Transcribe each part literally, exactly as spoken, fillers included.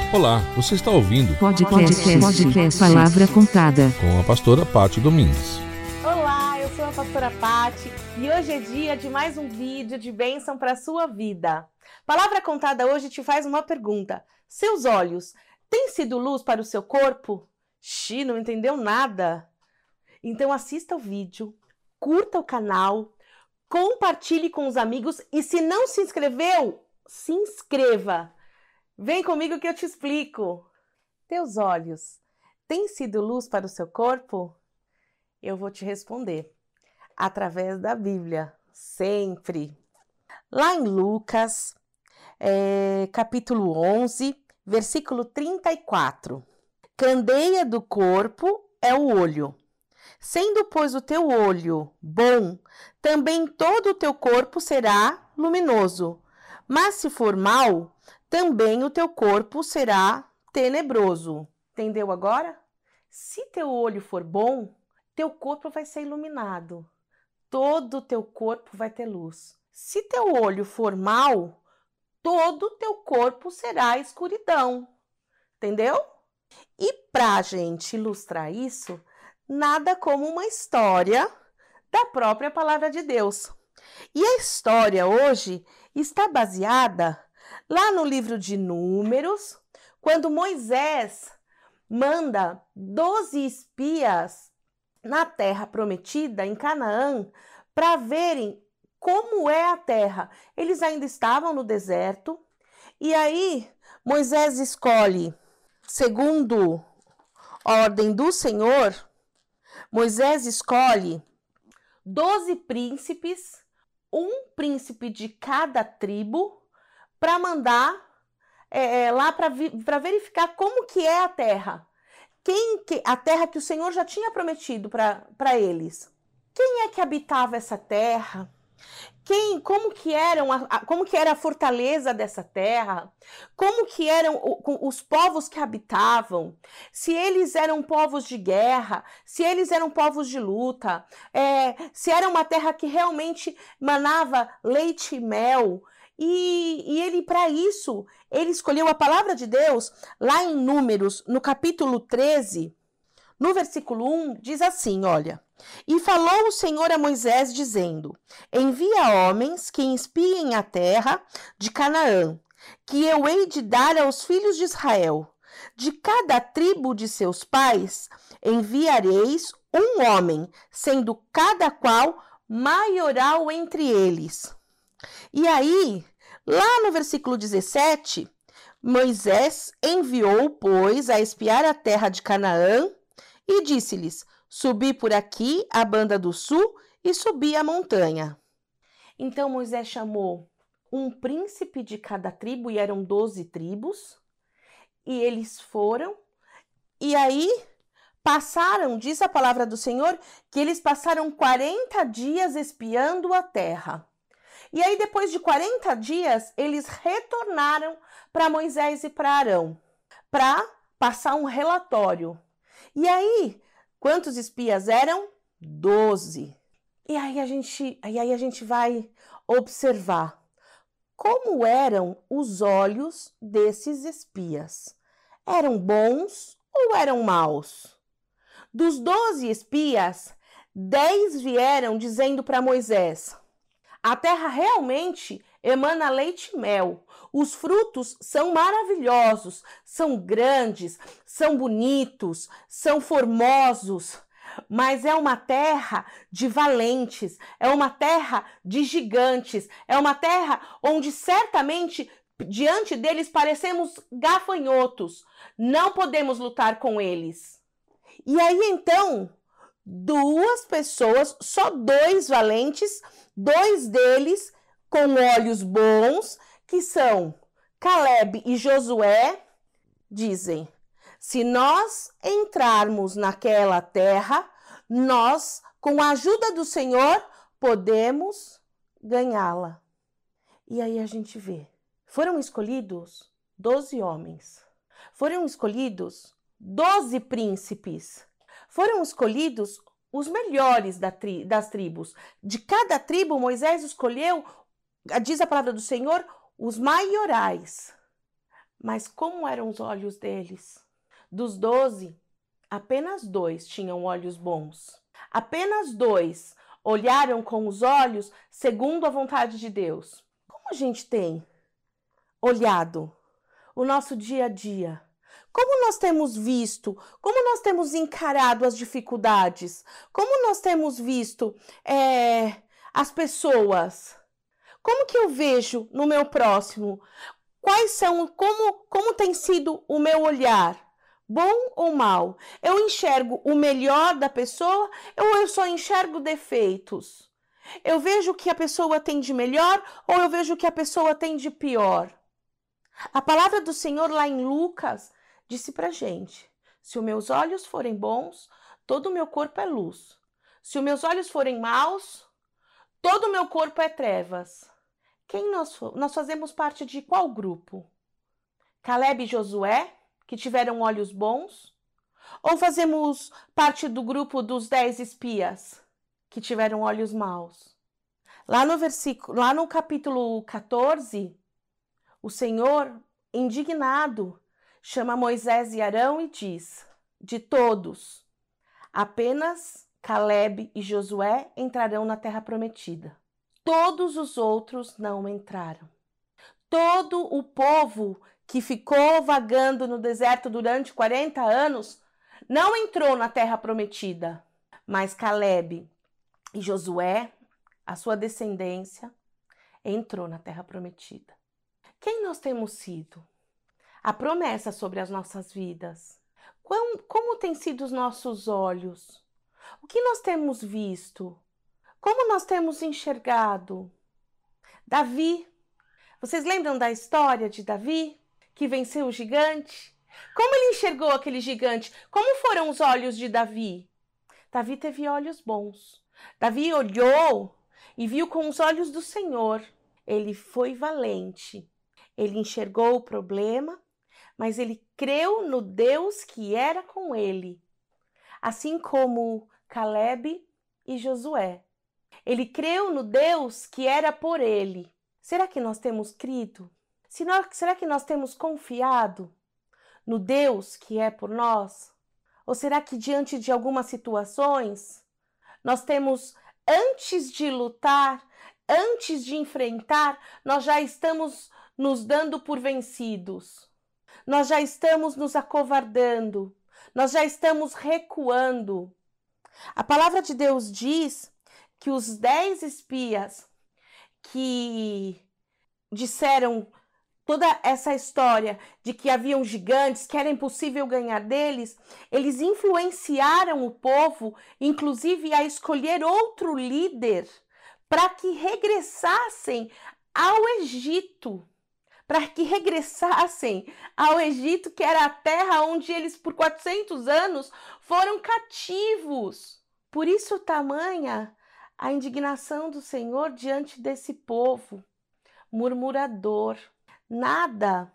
Olá, você está ouvindo Podcast, podcast Palavra Contada com a pastora Paty Domingues. Olá, eu sou a pastora Paty e hoje é dia de mais um vídeo de bênção para a sua vida. Palavra Contada hoje te faz uma pergunta. Seus olhos têm sido luz para o seu corpo? Xi, não entendeu nada? Então assista o vídeo, curta o canal, compartilhe com os amigos e se não se inscreveu, se inscreva. Vem comigo que eu te explico. Teus olhos têm sido luz para o seu corpo? Eu vou te responder através da Bíblia, sempre. Lá em Lucas, é, capítulo onze, versículo trinta e quatro. Candeia do corpo é o olho. Sendo, pois, o teu olho bom, também todo o teu corpo será luminoso. Mas se for mau, também o teu corpo será tenebroso. Entendeu agora? Se teu olho for bom, teu corpo vai ser iluminado. Todo o teu corpo vai ter luz. Se teu olho for mau, todo o teu corpo será escuridão. Entendeu? E para a gente ilustrar isso, nada como uma história da própria palavra de Deus. E a história hoje está baseada lá no livro de Números, quando Moisés manda doze espias na terra prometida, em Canaã, para verem como é a terra. Eles ainda estavam no deserto, e aí Moisés escolhe, segundo a ordem do Senhor, Moisés escolhe doze príncipes, um príncipe de cada tribo, para mandar é, lá para verificar como que é a terra. Quem que, a terra que o Senhor já tinha prometido para eles. Quem é que habitava essa terra? Quem, como que eram a, como que era a fortaleza dessa terra? Como que eram os povos que habitavam? Se eles eram povos de guerra, se eles eram povos de luta, é, se era uma terra que realmente manava leite e mel. E, e ele, para isso, ele escolheu a palavra de Deus lá em Números, no capítulo treze, no versículo um, diz assim, olha. E falou o Senhor a Moisés, dizendo, envia homens que espiem a terra de Canaã, que eu hei de dar aos filhos de Israel. De cada tribo de seus pais enviareis um homem, sendo cada qual maioral entre eles. E aí, lá no versículo dezessete, Moisés enviou, pois, a espiar a terra de Canaã e disse-lhes, subi por aqui a banda do sul e subi a montanha. Então Moisés chamou um príncipe de cada tribo, e eram doze tribos, e eles foram, e aí passaram, diz a palavra do Senhor, que eles passaram quarenta dias espiando a terra. E aí, depois de quarenta dias, eles retornaram para Moisés e para Arão, para passar um relatório. E aí, quantos espias eram? Doze. E aí a gente, aí a gente vai observar como eram os olhos desses espias. Eram bons ou eram maus? Dos doze espias, dez vieram dizendo para Moisés, a terra realmente emana leite e mel. Os frutos são maravilhosos, são grandes, são bonitos, são formosos. Mas é uma terra de valentes, é uma terra de gigantes, é uma terra onde certamente diante deles parecemos gafanhotos. Não podemos lutar com eles. E aí então, duas pessoas, só dois valentes, dois deles com olhos bons, que são Caleb e Josué, dizem, se nós entrarmos naquela terra, nós, com a ajuda do Senhor, podemos ganhá-la. E aí a gente vê, foram escolhidos doze homens, foram escolhidos doze príncipes, foram escolhidos os melhores da tri, das tribos. De cada tribo, Moisés escolheu, diz a palavra do Senhor, os maiorais. Mas como eram os olhos deles? Dos doze, apenas dois tinham olhos bons. Apenas dois olharam com os olhos segundo a vontade de Deus. Como a gente tem olhado o nosso dia a dia? Como nós temos visto? Como nós temos encarado as dificuldades? Como nós temos visto é, as pessoas? Como que eu vejo no meu próximo? Quais são, como, como tem sido o meu olhar? Bom ou mal? Eu enxergo o melhor da pessoa ou eu só enxergo defeitos? Eu vejo o que a pessoa tem de melhor ou eu vejo o que a pessoa tem de pior? A palavra do Senhor lá em Lucas disse pra gente: se os meus olhos forem bons, todo o meu corpo é luz. Se os meus olhos forem maus, todo o meu corpo é trevas. Quem nós, nós fazemos parte de qual grupo? Calebe e Josué, que tiveram olhos bons? Ou fazemos parte do grupo dos dez espias, que tiveram olhos maus? Lá no versículo, lá no capítulo quatorze, o Senhor, indignado, chama Moisés e Arão e diz: de todos, apenas Calebe e Josué entrarão na terra prometida. Todos os outros não entraram. Todo o povo que ficou vagando no deserto durante quarenta anos não entrou na terra prometida. Mas Calebe e Josué, a sua descendência, entrou na terra prometida. Quem nós temos sido? A promessa sobre as nossas vidas. Como, como têm sido os nossos olhos? O que nós temos visto? Como nós temos enxergado? Davi. Vocês lembram da história de Davi, que venceu o gigante? Como ele enxergou aquele gigante? Como foram os olhos de Davi? Davi teve olhos bons. Davi olhou e viu com os olhos do Senhor. Ele foi valente. Ele enxergou o problema, mas ele creu no Deus que era com ele. Assim como Calebe e Josué. Ele creu no Deus que era por ele. Será que nós temos crido? Será que nós temos confiado no Deus que é por nós? Ou será que diante de algumas situações, nós temos, antes de lutar, antes de enfrentar, nós já estamos nos dando por vencidos? Nós já estamos nos acovardando? Nós já estamos recuando? A palavra de Deus diz que os dez espias que disseram toda essa história de que haviam gigantes, que era impossível ganhar deles, eles influenciaram o povo, inclusive a escolher outro líder para que regressassem ao Egito. Para que regressassem ao Egito, que era a terra onde eles por quatrocentos anos foram cativos. Por isso tamanha a indignação do Senhor diante desse povo murmurador. Nada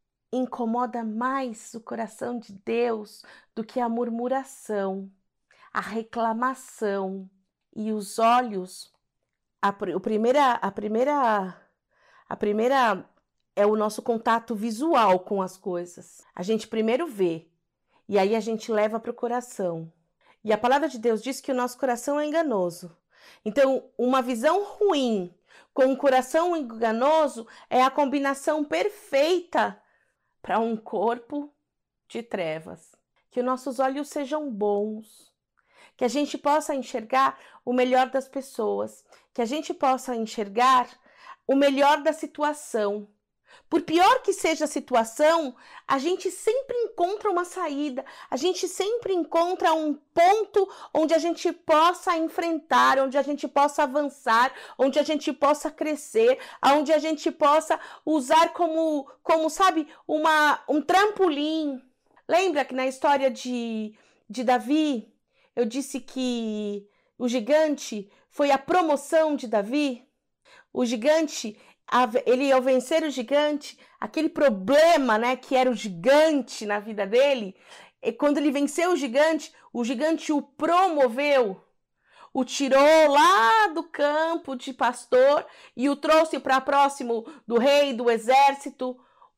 incomoda mais o coração de Deus do que a murmuração, a reclamação e os olhos. A, a primeira, a primeira, a primeira é o nosso contato visual com as coisas. A gente primeiro vê e aí a gente leva para o coração. E a palavra de Deus diz que o nosso coração é enganoso. Então, uma visão ruim com um coração enganoso é a combinação perfeita para um corpo de trevas. Que os nossos olhos sejam bons, que a gente possa enxergar o melhor das pessoas, que a gente possa enxergar o melhor da situação. Por pior que seja a situação, a gente sempre encontra uma saída, a gente sempre encontra um ponto onde a gente possa enfrentar, onde a gente possa avançar, onde a gente possa crescer, onde a gente possa usar como, como sabe, uma, um trampolim. Lembra que na história de, de Davi, eu disse que o gigante foi a promoção de Davi? O gigante... Ele, ao vencer o gigante, aquele problema, né, que era o gigante na vida dele, e quando ele venceu o gigante, o gigante o promoveu, o tirou lá do campo de pastor e o trouxe para próximo do rei, do exército,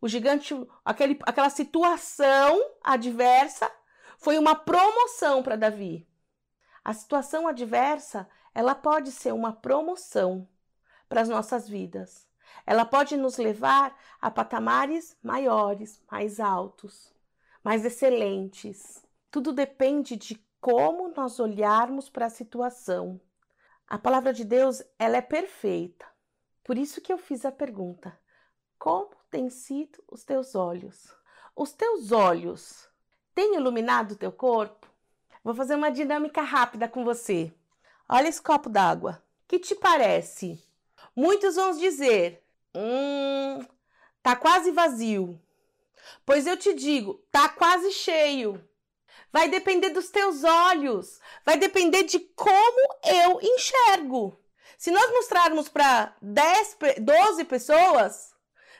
O gigante, aquele, aquela situação adversa foi uma promoção para Davi. A situação adversa, ela pode ser uma promoção para as nossas vidas. Ela pode nos levar a patamares maiores, mais altos, mais excelentes. Tudo depende de como nós olharmos para a situação. A palavra de Deus, ela é perfeita. Por isso que eu fiz a pergunta: como têm sido os teus olhos? Os teus olhos têm iluminado o teu corpo? Vou fazer uma dinâmica rápida com você. Olha esse copo d'água. Que te parece? Muitos vão dizer: Hum, tá quase vazio. Pois eu te digo, tá quase cheio. Vai depender dos teus olhos. Vai depender de como eu enxergo. Se nós mostrarmos para dez, doze pessoas,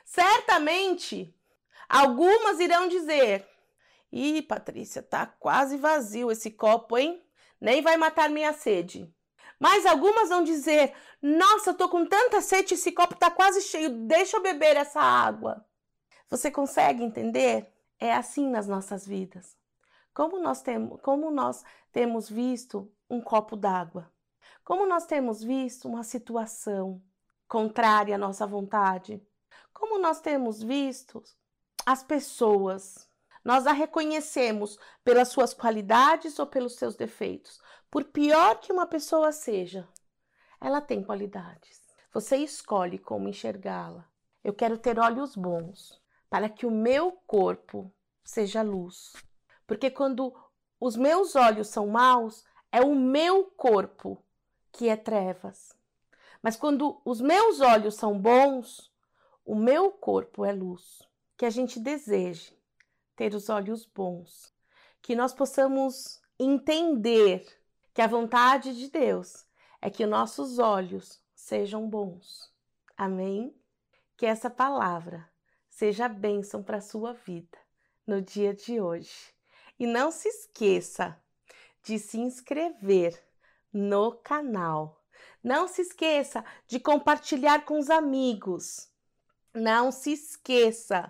certamente algumas irão dizer: Ih, Patrícia, tá quase vazio esse copo, hein? Nem vai matar minha sede. Mas algumas vão dizer: Nossa, eu tô com tanta sede, esse copo tá quase cheio, deixa eu beber essa água. Você consegue entender? É assim nas nossas vidas. Como nós temos, como nós temos visto um copo d'água. Como nós temos visto uma situação contrária à nossa vontade. Como nós temos visto as pessoas. Nós a reconhecemos pelas suas qualidades ou pelos seus defeitos. Por pior que uma pessoa seja, ela tem qualidades. Você escolhe como enxergá-la. Eu quero ter olhos bons, para que o meu corpo seja luz. Porque quando os meus olhos são maus, é o meu corpo que é trevas. Mas quando os meus olhos são bons, o meu corpo é luz. Que a gente deseje ter os olhos bons. Que nós possamos entender que a vontade de Deus é que nossos olhos sejam bons. Amém? Que essa palavra seja bênção para a sua vida no dia de hoje. E não se esqueça de se inscrever no canal. Não se esqueça de compartilhar com os amigos. Não se esqueça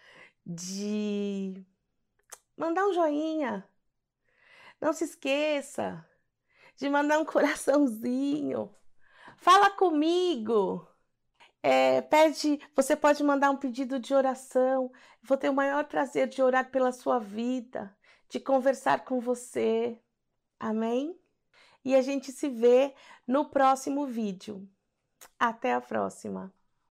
de mandar um joinha. Não se esqueça de mandar um coraçãozinho. Fala comigo. É, pede, você pode mandar um pedido de oração. Vou ter o maior prazer de orar pela sua vida, de conversar com você. Amém? E a gente se vê no próximo vídeo. Até a próxima.